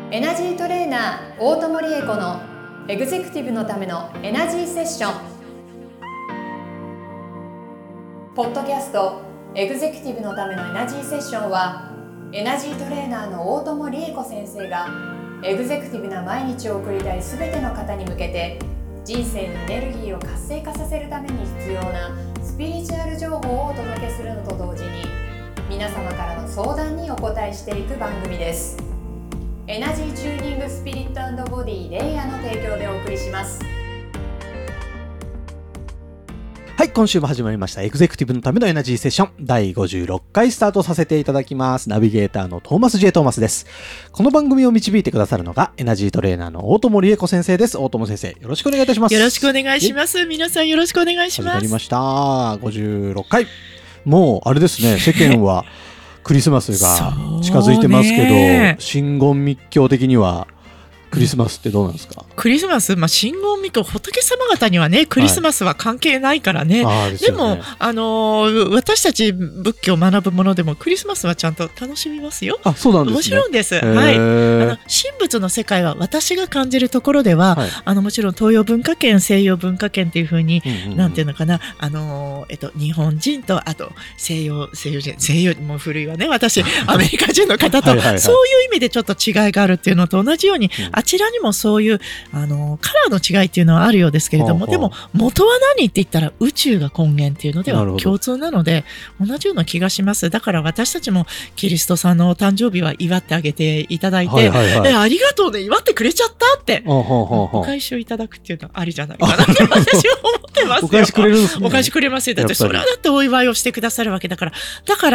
エナジートレーナー大友理恵子のエグゼクティブのためのエナジーセッション。ポッドキャストエグゼクティブのためのエナジーセッションは、エナジートレーナーの大友理恵子先生がエグゼクティブな毎日を送りたいすべての方に向けて、人生にエネルギーを活性化させるために必要なスピリチュアル情報をお届けするのと同時に、皆様からの相談にお答えしていく番組です。エナジーチューニングスピリット&ボディレイヤーの提供でお送りします。 はい、今週も始まりましたエグゼクティブのためのエナジーセッション第56回スタートさせていただきます。ナビゲーターのトーマス J トーマスです。この番組を導いてくださるのがエナジートレーナーの大友理恵子先生です。大友先生、よろしくお願いいたします。 よろしくお願いします。皆さんよろしくお願いします。 始まりました。56回。もうあれですね、世間はクリスマスが近づいてますけど、真言密教的にはクリスマスってどうなんですか？ クリスマス、真言密教、仏様方にはね、クリスマスは関係ないからね。 はい、 でも、私たち仏教を学ぶものでもクリスマスはちゃんと楽しみますよ。 あ、そうなんですね。 もちろんです。はい。神仏の世界は私が感じるところでは、はい、もちろん東洋文化圏、西洋文化圏っていう風に、なんていうのかな、日本人と、あと西洋も古いわね、私、アメリカ人の方と、そういう意味でちょっと違いがあるっていうのと同じように、あちらにもそういうカラーの違いっていうのはあるようですけれども、でも元は何って言ったら宇宙が根源っていうのでは共通なので、同じような気がします。だから私たちもキリストさんのお誕生日は祝ってあげていただいて、ありがとうね、祝ってくれちゃったってお返しをいただくっていうのはありじゃないかなって私は思ってますよ。 お返しくれるんですね。 お返しくれますよ。だってそれはだってお祝いをしてくださるわけだから、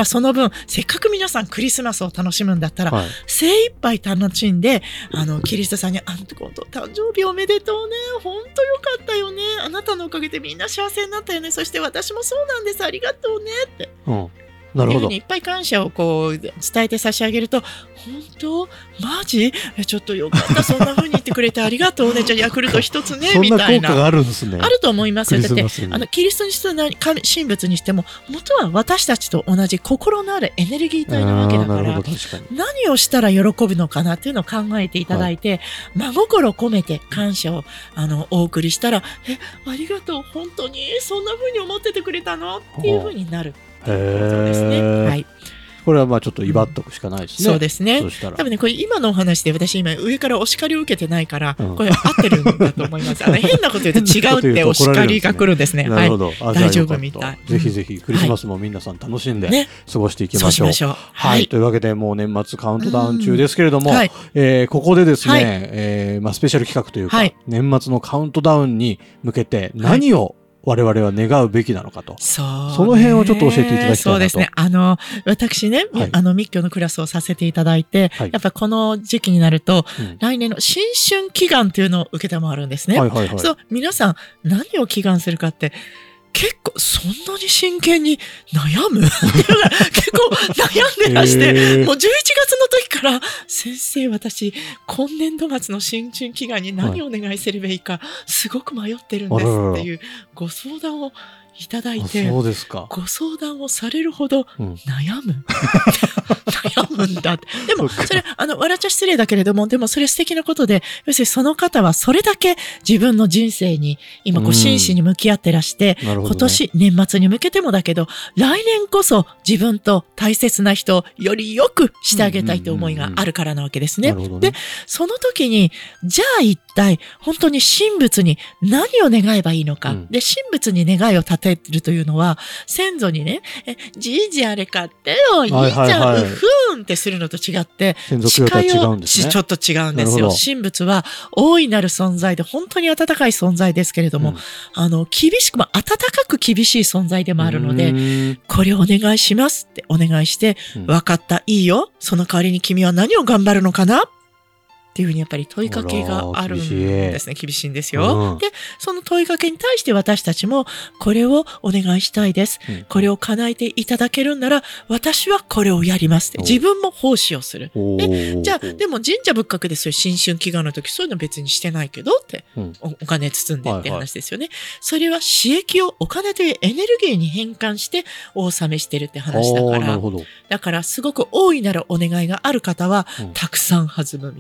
その分せっかく皆さんクリスマスを楽しむんだったら、精一杯楽しんでキリストさんに誕生日おめでとうね、本当よかったよね、あなたのおかげでみんな幸せになったよね、そして私もそうなんです、ありがとうねって、なるほど、いうふうにいっぱい感謝を伝えて差し上げると、本当マジちょっとよかった、そんな風に言ってくれてありがとうね、じゃあヤクルト一つねみたいな、 そんな効果があるんですね。 あると思いますよ。だってキリストにしても神仏にしても元は私たちと同じ心のあるエネルギー体なわけだから、何をしたら喜ぶのかなっていうのを考えていただいて、真心込めて感謝をお送りしたら、ありがとう、本当にそんな風に思っててくれたのっていう風になるっていうことですね。はい。 これはちょっと威張っとくしかないですね。 そうですね。多分ね、これ今のお話で私今上からお叱りを受けてないから、これ合ってるんだと思います。変なこと言うと違うってお叱りが来るんですね。 なるほど。 大丈夫みたい。 ぜひぜひクリスマスも皆さん楽しんで過ごしていきましょう。はい。というわけでもう年末カウントダウン中ですけれども、ここでですね、スペシャル企画というか、年末のカウントダウンに向けて何を我々は願うべきなのかと。その辺をちょっと教えていただきたいなと。 そうですね。私ね、密教のクラスをさせていただいて、やっぱこの時期になると、来年の新春祈願というのを受けたまわるんですね。そう、皆さん何を祈願するかって、結構そんなに真剣に悩む結構悩んでらして、もう11月の時から、先生私、今年度末の新春祈願に何をお願いすればいいか、すごく迷ってるんですっていうご相談をいただいて、 そうですか。 ご相談をされるほど悩む。悩むんだって。でも、それ、笑っちゃ失礼だけれども、でもそれ素敵なことで、要するにその方はそれだけ自分の人生に、今真摯に向き合ってらして、今年、年末に向けてもだけど、来年こそ自分と大切な人をよりよくしてあげたいという思いがあるからなわけですね。で、その時に、じゃあ一体、本当に神仏に何を願えばいいのか。で、神仏に願いを立てるというのは、先祖にね、じいじあれ買ってよ、いいじゃん、ふーんってするのと違って、 誓いをちょっと違うんですよ。神仏は大いなる存在で、本当に温かい存在ですけれども、厳しくも、温かく厳しい存在でもあるので、これをお願いしますってお願いして、分かった、いいよ。その代わりに君は何を頑張るのかなっていうふうにやっぱり問いかけがあるんですね。厳しいんですよ。で、その問いかけに対して私たちもこれをお願いしたいです。これを叶えていただけるんなら私はこれをやりますって。自分も奉仕をする。で、じゃあ、でも神社仏閣でそういう新春祈願の時そういうの別にしてないけどって、お金包んでって話ですよね。それは刺激をお金というエネルギーに変換してお納めしてるって話だから。だからすごく大いなるお願いがある方はたくさん弾むみたいな。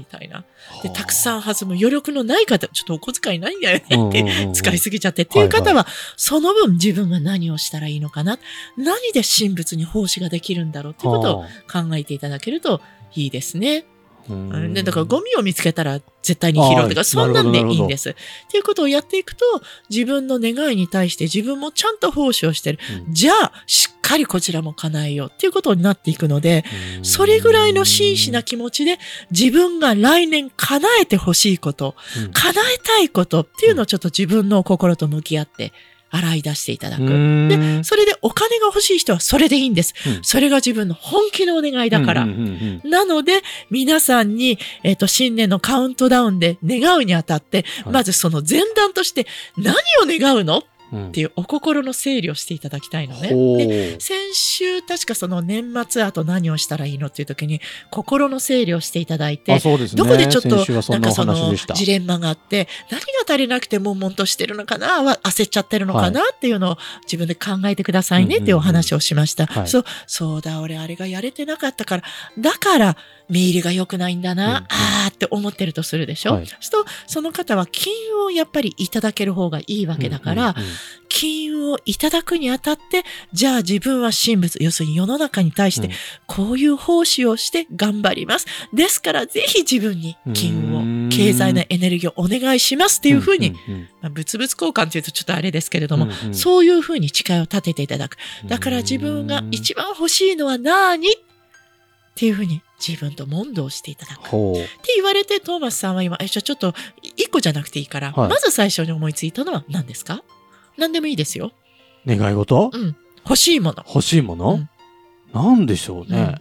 な。で、たくさん弾む余力のない方、ちょっとお小遣いないんだよねって使いすぎちゃってっていう方は、その分自分が何をしたらいいのかな。何で神仏に奉仕ができるんだろうっていうことを考えていただけるといいですね。で、だからゴミを見つけたら絶対に拾うとか、そんなんでいいんです。っていうことをやっていくと、自分の願いに対して自分もちゃんと奉仕をしてる。じゃあ、しっかりこちらも叶えようっていうことになっていくので、それぐらいの真摯な気持ちで自分が来年叶えてほしいこと、叶えたいことっていうのをちょっと自分の心と向き合って洗い出していただく。で、それでお金が欲しい人はそれでいいんです。それが自分の本気のお願いだから。なので、皆さんに、新年のカウントダウンで願うにあたって、まずその前段として何を願うのっていうお心の整理をしていただきたいのね。で、先週確かその年末あと何をしたらいいのっていう時に心の整理をしていただいて、どこでちょっとなんかそのジレンマがあって何が足りなくて悶々としてるのかな、焦っちゃってるのかなっていうのを自分で考えてくださいねっていうお話をしました。そうだ、俺あれがやれてなかったから、だから見入りが良くないんだな、って思ってるとするでしょ。その方は金運をやっぱりいただける方がいいわけだから、金運をいただくにあたって、じゃあ自分は神仏、要するに世の中に対してこういう奉仕をして頑張ります。ですからぜひ自分に金運を、経済のエネルギーをお願いしますっていうふうに、物々交換というとちょっとあれですけれども、そういうふうに誓いを立てていただく。だから自分が一番欲しいのは何っていうふうに自分と問答していただく。って言われて、トーマスさんは今、ちょっと一個じゃなくていいから、まず最初に思いついたのは何ですか？何でもいいですよ。 願い事？ 欲しいもの。 欲しいもの？なんでしょうね。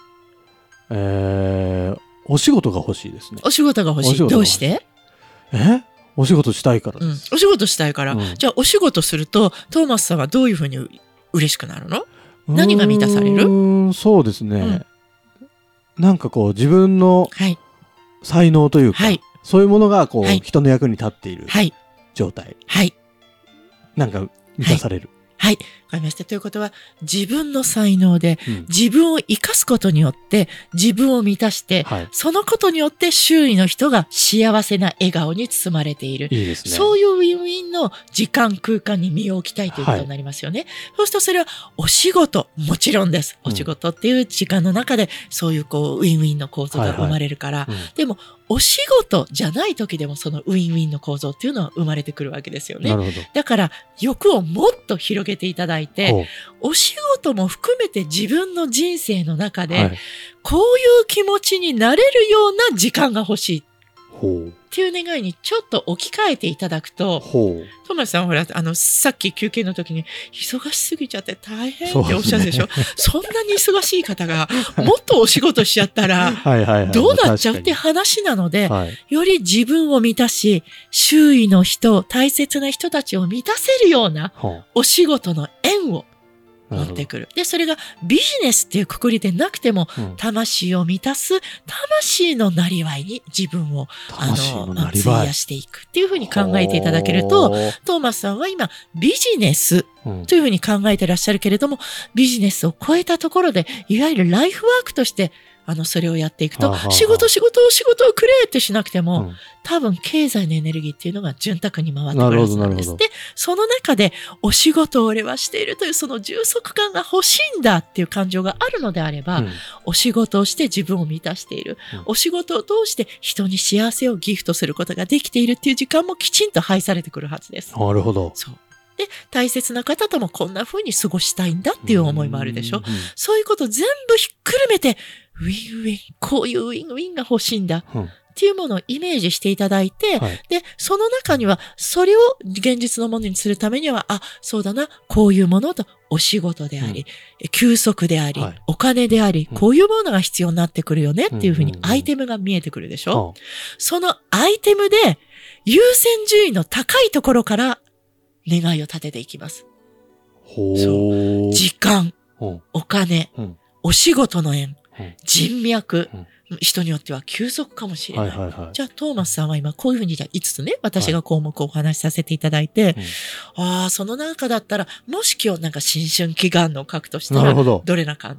お仕事が欲しいですね。 お仕事が欲しい。どうして？ お仕事したいからです。 お仕事したいから。じゃあお仕事すると、トーマスさんはどういうふうに嬉しくなるの？何が満たされる？そうですね。 なんかこう自分の才能というか、そういうものがこう人の役に立っている状態。なんか満たされる。 はい。わかりました。ということは、自分の才能で、自分を生かすことによって、自分を満たして、そのことによって周囲の人が幸せな笑顔に包まれている。 いいですね。 そういうウィンウィンの時間、空間に身を置きたいということになりますよね。そうするとそれはお仕事、もちろんです。お仕事っていう時間の中で、そういうこう、ウィンウィンの構造が生まれるから。でも、お仕事じゃない時でもそのウィンウィンの構造っていうのは生まれてくるわけですよね。 なるほど。 だから欲をもっと広げていただいて、お仕事も含めて自分の人生の中で、こういう気持ちになれるような時間が欲しい。っていう願いにちょっと置き換えていただくと、トマスさんほら、さっき休憩の時に、忙しすぎちゃって大変っておっしゃるでしょ。そんなに忙しい方が、もっとお仕事しちゃったら、どうなっちゃうって話なので、より自分を満たし、周囲の人、大切な人たちを満たせるような、お仕事の縁を持ってくる。で、それがビジネスっていうくくりでなくても、魂を満たす、魂のなりわいに自分を、費やしていくっていうふうに考えていただけると、トーマスさんは今、ビジネスというふうに考えてらっしゃるけれども、ビジネスを超えたところで、いわゆるライフワークとして、それをやっていくと、仕事をくれってしなくても、多分経済のエネルギーっていうのが潤沢に回ってくるはずなんです。で、その中でお仕事を俺はしているというその充足感が欲しいんだっていう感情があるのであれば、お仕事をして自分を満たしている。お仕事を通して人に幸せをギフトすることができているっていう時間もきちんと配されてくるはずです。 なるほど。 そう。で、大切な方ともこんな風に過ごしたいんだっていう思いもあるでしょ。そういうこと全部ひっくるめて、ウィンウィン、こういうウィンウィンが欲しいんだ。っていうものをイメージしていただいて、で、その中には、それを現実のものにするためには、そうだな、こういうものとお仕事であり、休息であり、お金であり、こういうものが必要になってくるよねっていうふうにアイテムが見えてくるでしょ。そのアイテムで優先順位の高いところから願いを立てていきます。そう。時間、お金、お仕事の縁、人脈、人によっては休息かもしれない。じゃあ、トーマスさんは今こういうふうにじゃあ5つね、私が項目をお話しさせていただいて、その中だったら、もし今日なんか新春祈願のを書くとしたら、どれな感じ？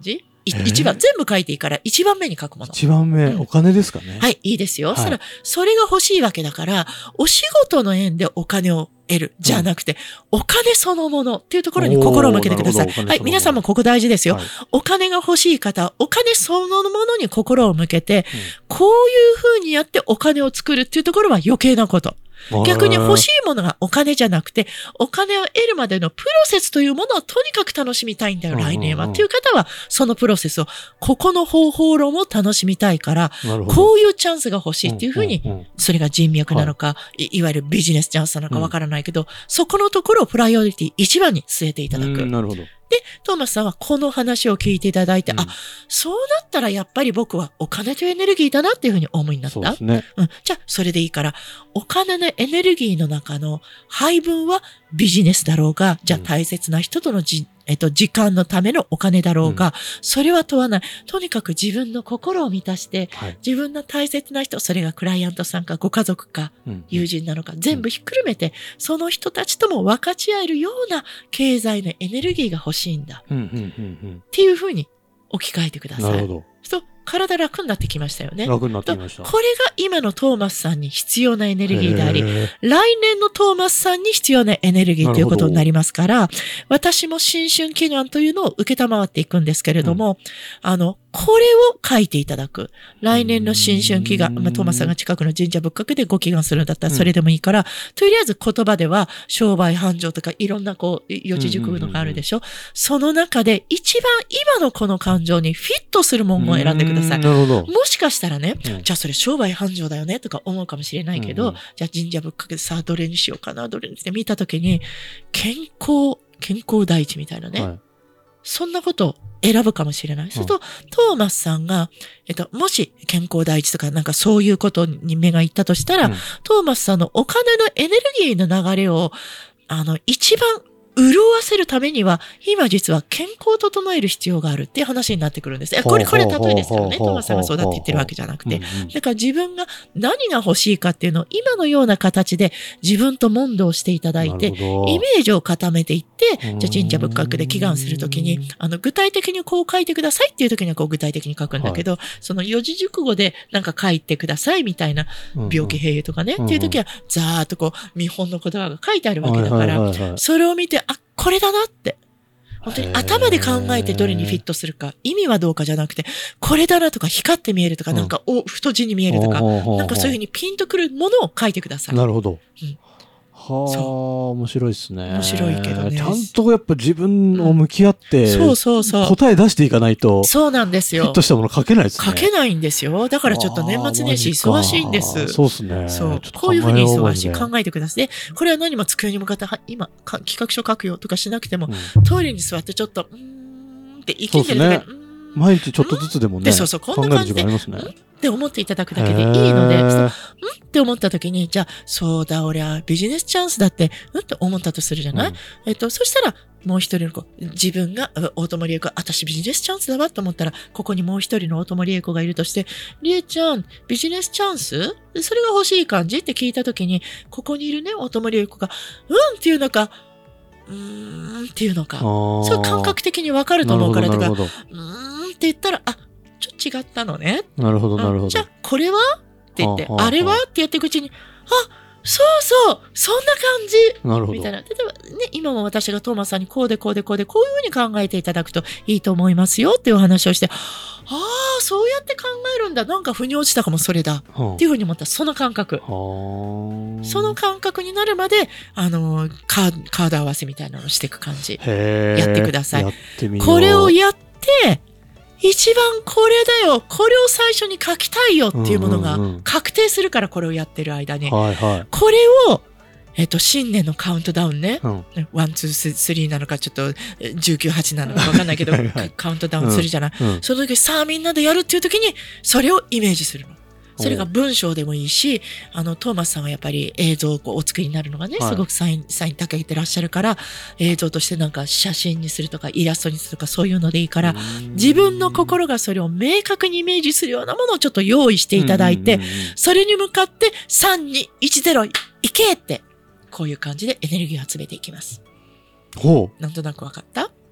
1番、全部書いていいから1番目に書くもの。 1番目、お金ですかね。 はい、いいですよ。そしたら、それが欲しいわけだから、お仕事の縁でお金を得る、じゃなくて、お金そのものっていうところに心を向けてください。はい、皆さんもここ大事ですよ。お金が欲しい方、お金そのものに心を向けて、こういう風にやってお金を作るっていうところは余計なこと。逆に欲しいものがお金じゃなくて、お金を得るまでのプロセスというものをとにかく楽しみたいんだよ、来年は。っていう方は、そのプロセスを、ここの方法論を楽しみたいから、こういうチャンスが欲しいっていうふうに、それが人脈なのか、いわゆるビジネスチャンスなのかわからないけど、そこのところをプライオリティ一番に据えていただく。 なるほど。 で、トーマスさんはこの話を聞いていただいて、そうなったらやっぱり僕はお金とエネルギーだなっていうふうに思いになった。そうですね。じゃあ、それでいいから、お金のエネルギーの中の配分はビジネスだろうが、じゃあ大切な人との時間のためのお金だろうが、それは問わない。とにかく自分の心を満たして、自分の大切な人、それがクライアントさんかご家族か、友人なのか、全部ひっくるめて、その人たちとも分かち合えるような経済のエネルギーが欲しいんだ。っていうふうに置き換えてください。なるほど。体楽になってきましたよね。 楽になってきました。 これが今のトーマスさんに必要なエネルギーであり、来年のトーマスさんに必要なエネルギーということになりますから、私も新春祈願というのを受けたまわっていくんですけれども、これを書いていただく。来年の新春祈願、トーマスさんが近くの神社仏閣でご祈願するんだったらそれでもいいから、とりあえず言葉では商売繁盛とかいろんな四字熟語のがあるでしょ。その中で一番今のこの感情にフィットする文言を選んでください。もしかしたらね、じゃあそれ商売繁盛だよねとか思うかもしれないけど、じゃあ神社仏閣でさあどれにしようかな、どれにして見たときに、健康第一みたいなね。そんなことを選ぶかもしれない。すると、トーマスさんが、もし健康第一とかなんかそういうことに目がいったとしたら、トーマスさんのお金のエネルギーの流れを、一番潤わせるためには、今実は健康を整える必要があるっていう話になってくるんです。これ例えですからね。トーマスさんがそうだって言ってるわけじゃなくて。だから自分が何が欲しいかっていうのを今のような形で自分と問答していただいて、イメージを固めていって、じゃあ神社仏閣で祈願するときに、具体的にこう書いてくださいっていうときにはこう具体的に書くんだけど、その四字熟語でなんか書いてくださいみたいな、病気併用とかね、っていうときはざーっとこう見本の言葉が書いてあるわけだから、それを見て、これだなって。本当に頭で考えてどれにフィットするか、意味はどうかじゃなくて、これだなとか光って見えるとか、なんか太字に見えるとか、なんかそういうふうにピンとくるものを書いてください。 なるほど。はあ、面白いですね。 面白いけどね。 ちゃんとやっぱ自分を向き合って、答え出していかないと、 そうなんですよ。 ヒットしたもの書けないですね。 書けないんですよ。だからちょっと年末年始忙しいんです。 そうですね。 そう。こういうふうに忙しい。考えてください。で、これは何も机に向かって、今、企画書書くよとかしなくても、トイレに座ってちょっと、って息んでるだけで、 毎日ちょっとずつでもね、 こんな感じで、って思っていただくだけでいいので、って思った時に、じゃあ、そうだ、俺はビジネスチャンスだって、って思ったとするじゃない？そしたら、もう一人の子、自分が、大友理恵子、私ビジネスチャンスだわと思ったら、ここにもう一人の大友理恵子がいるとして、理恵ちゃん、ビジネスチャンス？それが欲しい感じって聞いた時に、ここにいるね、大友理恵子が、っていうのか、っていうのか、そういう感覚的にわかると思うから、だから、って言ったら、ちょっと違ったのね。 なるほど、なるほど。 じゃあ、これはって言って、あれはってやっていくうちに、そうそうそんな感じなるほど。 みたいな。例えばね、今も私がトーマスさんにこうでこうでこうでこういうふうに考えていただくといいと思いますよっていうお話をして、そうやって考えるんだ。なんか腑に落ちたかもそれだ。っていうふうに思った。その感覚。その感覚になるまで、カード合わせみたいなのをしていく感じ。やってください。これをやって、一番これだよ。これを最初に書きたいよっていうものが確定するから、これをやってる間に。これを、新年のカウントダウンね。1、2、3なのか、ちょっと19、8なのかわかんないけど、カウントダウンするじゃない。その時、さあみんなでやるっていう時に、それをイメージするの。それが文章でもいいし、トーマスさんはやっぱり映像をお作りになるのがね、すごくサイン高げてらっしゃるから、映像としてなんか写真にするとかイラストにするとかそういうのでいいから、自分の心がそれを明確にイメージするようなものをちょっと用意していただいて、それに向かって3、2、1、0、いけって、こういう感じでエネルギーを集めていきます。なんとなくわかった？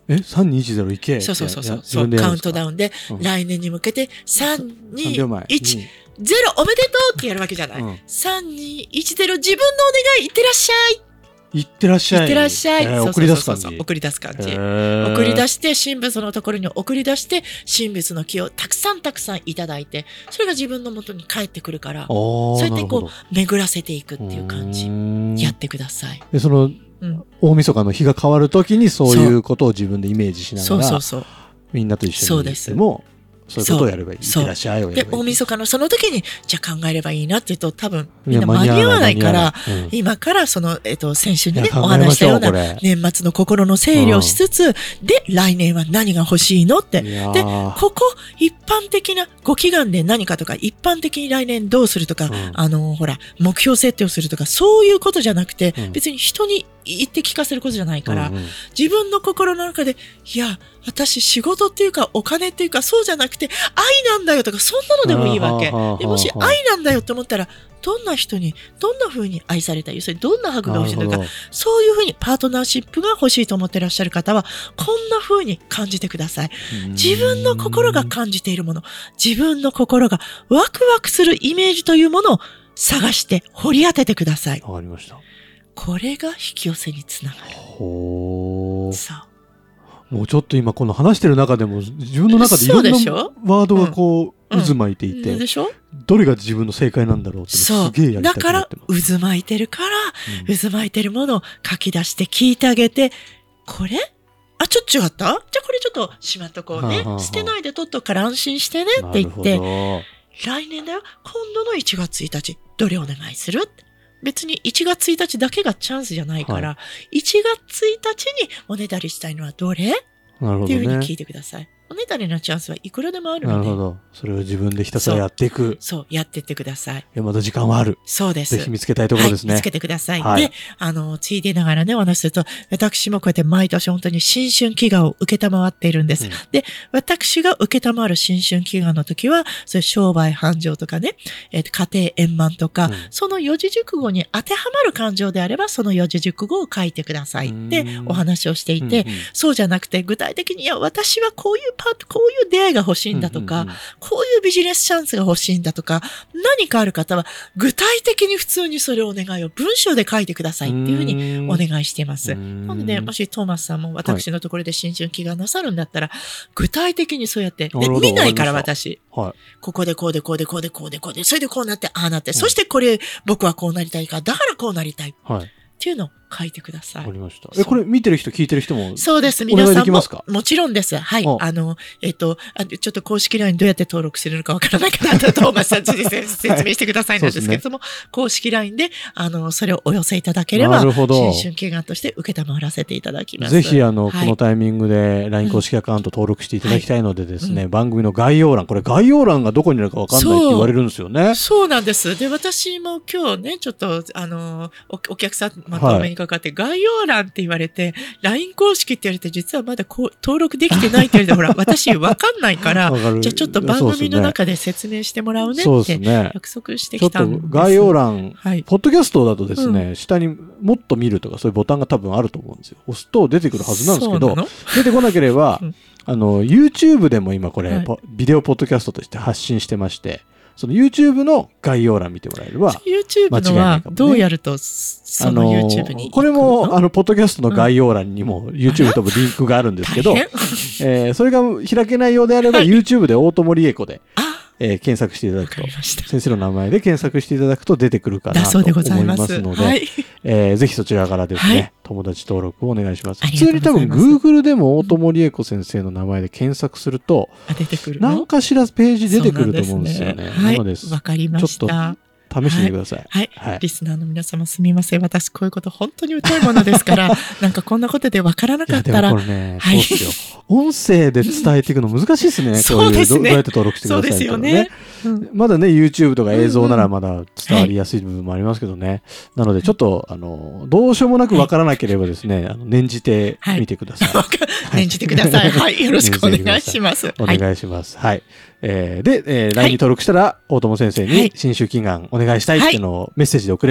3210いけ。 そう、カウントダウンで、来年に向けて、3、2、1、0おめでとうってやるわけじゃない。3、2、1、0自分のお願い、いってらっしゃい。 いってらっしゃい。 いってらっしゃい。 送り出す感じ。 送り出す感じ。送り出して、神仏のところに送り出して、神仏の木をたくさんいただいて、それが自分の元に帰ってくるから、そうやって巡らせていくっていう感じ。やってください。 で、大晦日の日が変わるときにそういうことを自分でイメージしながら、みんなと一緒にいても、そういうことをやればいい。いってらっしゃいをやればいい。 で、大晦日のその時に、じゃあ考えればいいなって言うと、多分、みんな間に合わないから、今から先週にね、お話したような、年末の心の整理をしつつ、で、来年は何が欲しいのって。で、ここ、一般的なご祈願で何かとか、一般的に来年どうするとか、目標設定をするとか、そういうことじゃなくて、別に人に言って聞かせることじゃないから、自分の心の中で、いや、私仕事っていうかお金っていうかそうじゃなくて愛なんだよとかそんなのでもいいわけ。でもし愛なんだよって思ったらどんな人にどんな風に愛されたい、それどんなハグが欲しいのか、そういう風にパートナーシップが欲しいと思ってらっしゃる方はこんな風に感じてください。自分の心が感じているもの、自分の心がワクワクするイメージというものを探して掘り当ててください。 わかりました。 これが引き寄せにつながる。そう。 もうちょっと今この話してる中でも自分の中でいろんなワードが渦巻いていて、どれが自分の正解なんだろうってすげえやりたいと思ってます。だから渦巻いてるから、渦巻いてるものを書き出して聞いてあげて、これちょっと違った？じゃあこれちょっとしまっとこうね。捨てないで取っとくから安心してねって言って、来年だよ、今度の1月1日、どれお願いする？別に1月1日だけがチャンスじゃないから、1月1日におねだりしたいのはどれ？ なるほどね。 っていうふうに聞いてください。おねだりのチャンスはいくらでもあるので。 なるほど。それを自分でひたすらやっていく。 そう、やっていってください。 まだ時間はある。 そうです。 ぜひ見つけたいところですね。 見つけてください。で、ついでながらね、お話しすると、私もこうやって毎年本当に新春祈願を受けたまわっているんです。で、私が受けたまわる新春祈願の時は、そういう商売繁盛とかね、家庭円満とか、その四字熟語に当てはまる感情であれば、その四字熟語を書いてくださいってお話をしていて、そうじゃなくて、具体的に、いや、私はこういうこういう出会いが欲しいんだとか、こういうビジネスチャンスが欲しいんだとか、何かある方は、具体的に普通にそれをお願いを文章で書いてくださいっていうふうにお願いしています。なので、もしトーマスさんも私のところで新春祈願なさるんだったら、具体的にそうやって、で見ないから私、ここでこうでこうでこうでこうでこうで、それでこうなって、ああなって、そしてこれ、僕はこうなりたいから、だからこうなりたい。っていうのを書いてください。 わかりました。これ見てる人聞いてる人もそうです。皆さんももちろんです。はい。ちょっと公式 LINE どうやって登録するのかわからないかなとトーマスさん説明してくださいなんですけれども、公式 LINE でそれをお寄せいただければ新春祈願として受けたまわらせていただきます。 ぜひこのタイミングで LINE 公式アカウント登録していただきたいのでですね、番組の概要欄、これ概要欄がどこにあるかわかんないって言われるんですよね。 そうなんです。で、私も今日ね、ちょっとお客さんとお目にかかって概要欄って言われて、LINE 公式って言われて、実はまだ登録できてないって言われて、ほら、私わかんないから、じゃあちょっと番組の中で説明してもらうねって約束してきたんです。 ちょっと概要欄、ポッドキャストだとですね、下にもっと見るとかそういうボタンが多分あると思うんですよ。押すと出てくるはずなんですけど、出てこなければ、YouTube でも今これ、ビデオポッドキャストとして発信してまして、その YouTube の概要欄見てもらえれば YouTube のはどうやるとその YouTube にこれもポッドキャストの概要欄にも YouTube ともリンクがあるんですけど、それが開けないようであれば YouTube で大友理恵子で検索していただくと、先生の名前で検索していただくと出てくるかなと思いますので、ぜひそちらからですね、友達登録をお願いします。普通に多分 Google でも大友理恵子先生の名前で検索すると、何かしらページ出てくると思うんですよね。なので、 わかりました。 試してみてください。 はい。リスナーの皆様すみません。私こういうこと本当に疎いものですから、なんかこんなことでわからなかったら。 でもこれね、そうですよ。音声で伝えていくの難しいですね。 そうですね。 どうやって登録してくださいとかね。まだね、YouTube とか映像ならまだ伝わりやすい部分もありますけどね。なのでちょっと、どうしようもなくわからなければですね、念じてみてください。 念じてください。はい。よろしくお願いします。 お願いします。はい。で、LINE に登録したら、大友先生に新春祈願お願いしたいっていうのをメッセージで送れば、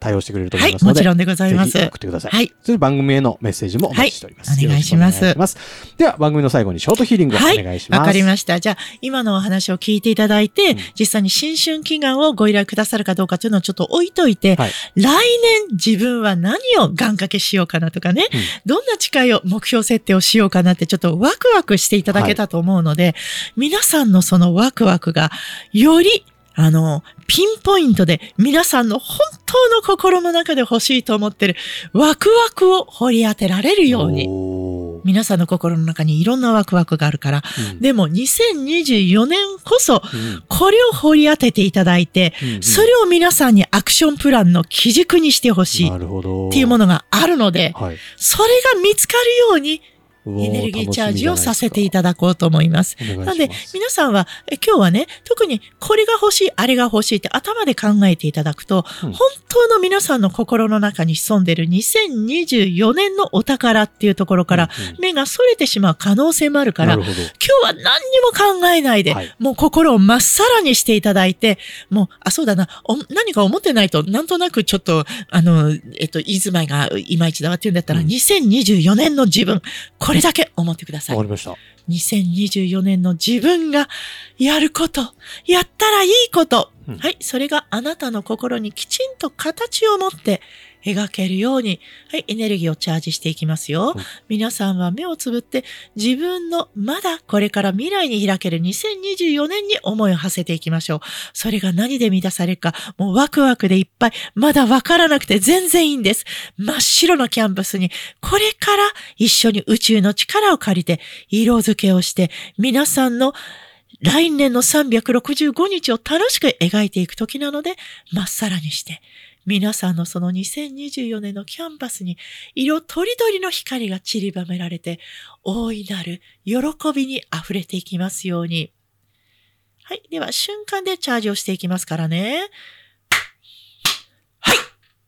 対応してくれると思いますので、 もちろんでございます。 ぜひ送ってください。それで番組へのメッセージもお待ちしております。 お願いします。 では番組の最後にショートヒーリングをお願いします。 わかりました。じゃあ今のお話を聞いていただいて、実際に新春祈願をご依頼くださるかどうかというのをちょっと置いといて、来年自分は何を願掛けしようかなとかね、どんな誓いを目標設定をしようかなってちょっとワクワクしていただけたと思うので、皆さんのそのワクワクがよりピンポイントで皆さんの本当の心の中で欲しいと思ってるワクワクを掘り当てられるように。皆さんの心の中にいろんなワクワクがあるから。でも2024年こそ、これを掘り当てていただいて、それを皆さんにアクションプランの基軸にしてほしいっていうものがあるので、それが見つかるように、エネルギーチャージをさせていただこうと思います。なので、皆さんは、今日はね、特にこれが欲しい、あれが欲しいって頭で考えていただくと、本当の皆さんの心の中に潜んでいる2024年のお宝っていうところから、目が逸れてしまう可能性もあるから、今日は何にも考えないで、もう心をまっさらにしていただいて、もう、そうだな、何か思ってないと、なんとなくちょっと、言いづまいがいまいちだわっていうんだったら、2024年の自分、これだけ思ってください。 わかりました。 2024年の自分がやること、やったらいいこと。はい。それがあなたの心にきちんと形を持って描けるように、はい。エネルギーをチャージしていきますよ。皆さんは目をつぶって自分のまだこれから未来に開ける2024年に思いを馳せていきましょう。それが何で満たされるか、もうワクワクでいっぱい、まだわからなくて全然いいんです。真っ白なキャンバスに、これから一緒に宇宙の力を借りて、色付けをして、皆さんの来年の365日を楽しく描いていく時なので、まっさらにして、皆さんのその2024年のキャンバスに色とりどりの光が散りばめられて、大いなる喜びに溢れていきますように。はい。では、瞬間でチャージをしていきますからね。はい。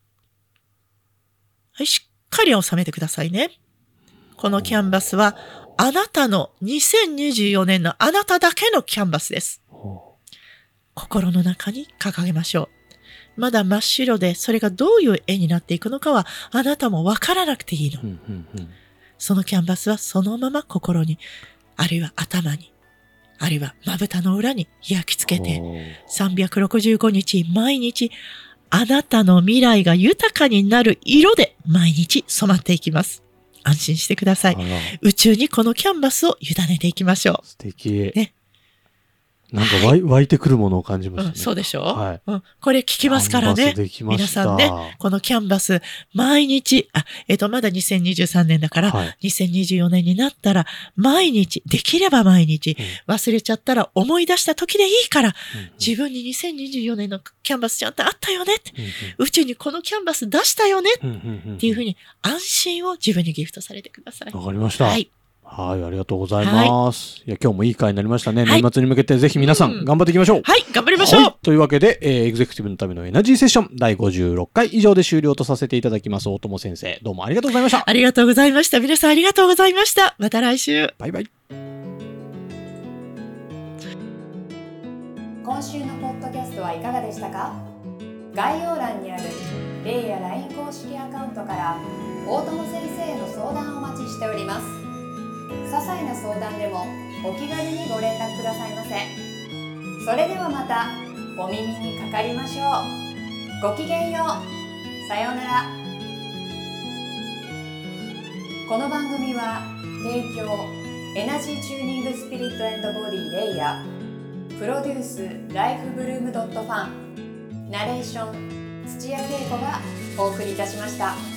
はい。しっかり収めてくださいね。このキャンバスは、あなたの2024年のあなただけのキャンバスです。心の中に掲げましょう。まだ真っ白で、それがどういう絵になっていくのかは、あなたもわからなくていいの。そのキャンバスはそのまま心に、あるいは頭に、あるいはまぶたの裏に焼き付けて、365日毎日、あなたの未来が豊かになる色で毎日染まっていきます。安心してください。宇宙にこのキャンバスを委ねていきましょう。 素敵。ね。なんか湧いてくるものを感じましたね。 そうでしょう、はい、これ聞きますからね。皆さんね、このキャンバス、毎日、まだ2023年だから、2024年になったら、毎日、できれば毎日、忘れちゃったら思い出した時でいいから、自分に2024年のキャンバスちゃんとあったよねって、宇宙にこのキャンバス出したよねっていうふうに、安心を自分にギフトされてください。 わかりました。はい。はい、ありがとうございます。いや、今日もいい回になりましたね。年末に向けてぜひ皆さん頑張っていきましょう。 はい、頑張りましょう。 というわけで、エグゼクティブのためのエナジーセッション第56回以上で終了とさせていただきます。大友先生、どうもありがとうございました。 ありがとうございました。皆さんありがとうございました。また来週。 バイバイ。 今週のポッドキャストはいかがでしたか？概要欄にあるレイや LINE 公式アカウントから大友先生への相談をお待ちしております。些細な相談でもお気軽にご連絡くださいませ。それではまたお耳にかかりましょう。ごきげんよう。さようなら。この番組は提供エナジーチューニングスピリット&ボディレイヤー、プロデュースライフブルームドットファン、ナレーション土屋恵子がお送りいたしました。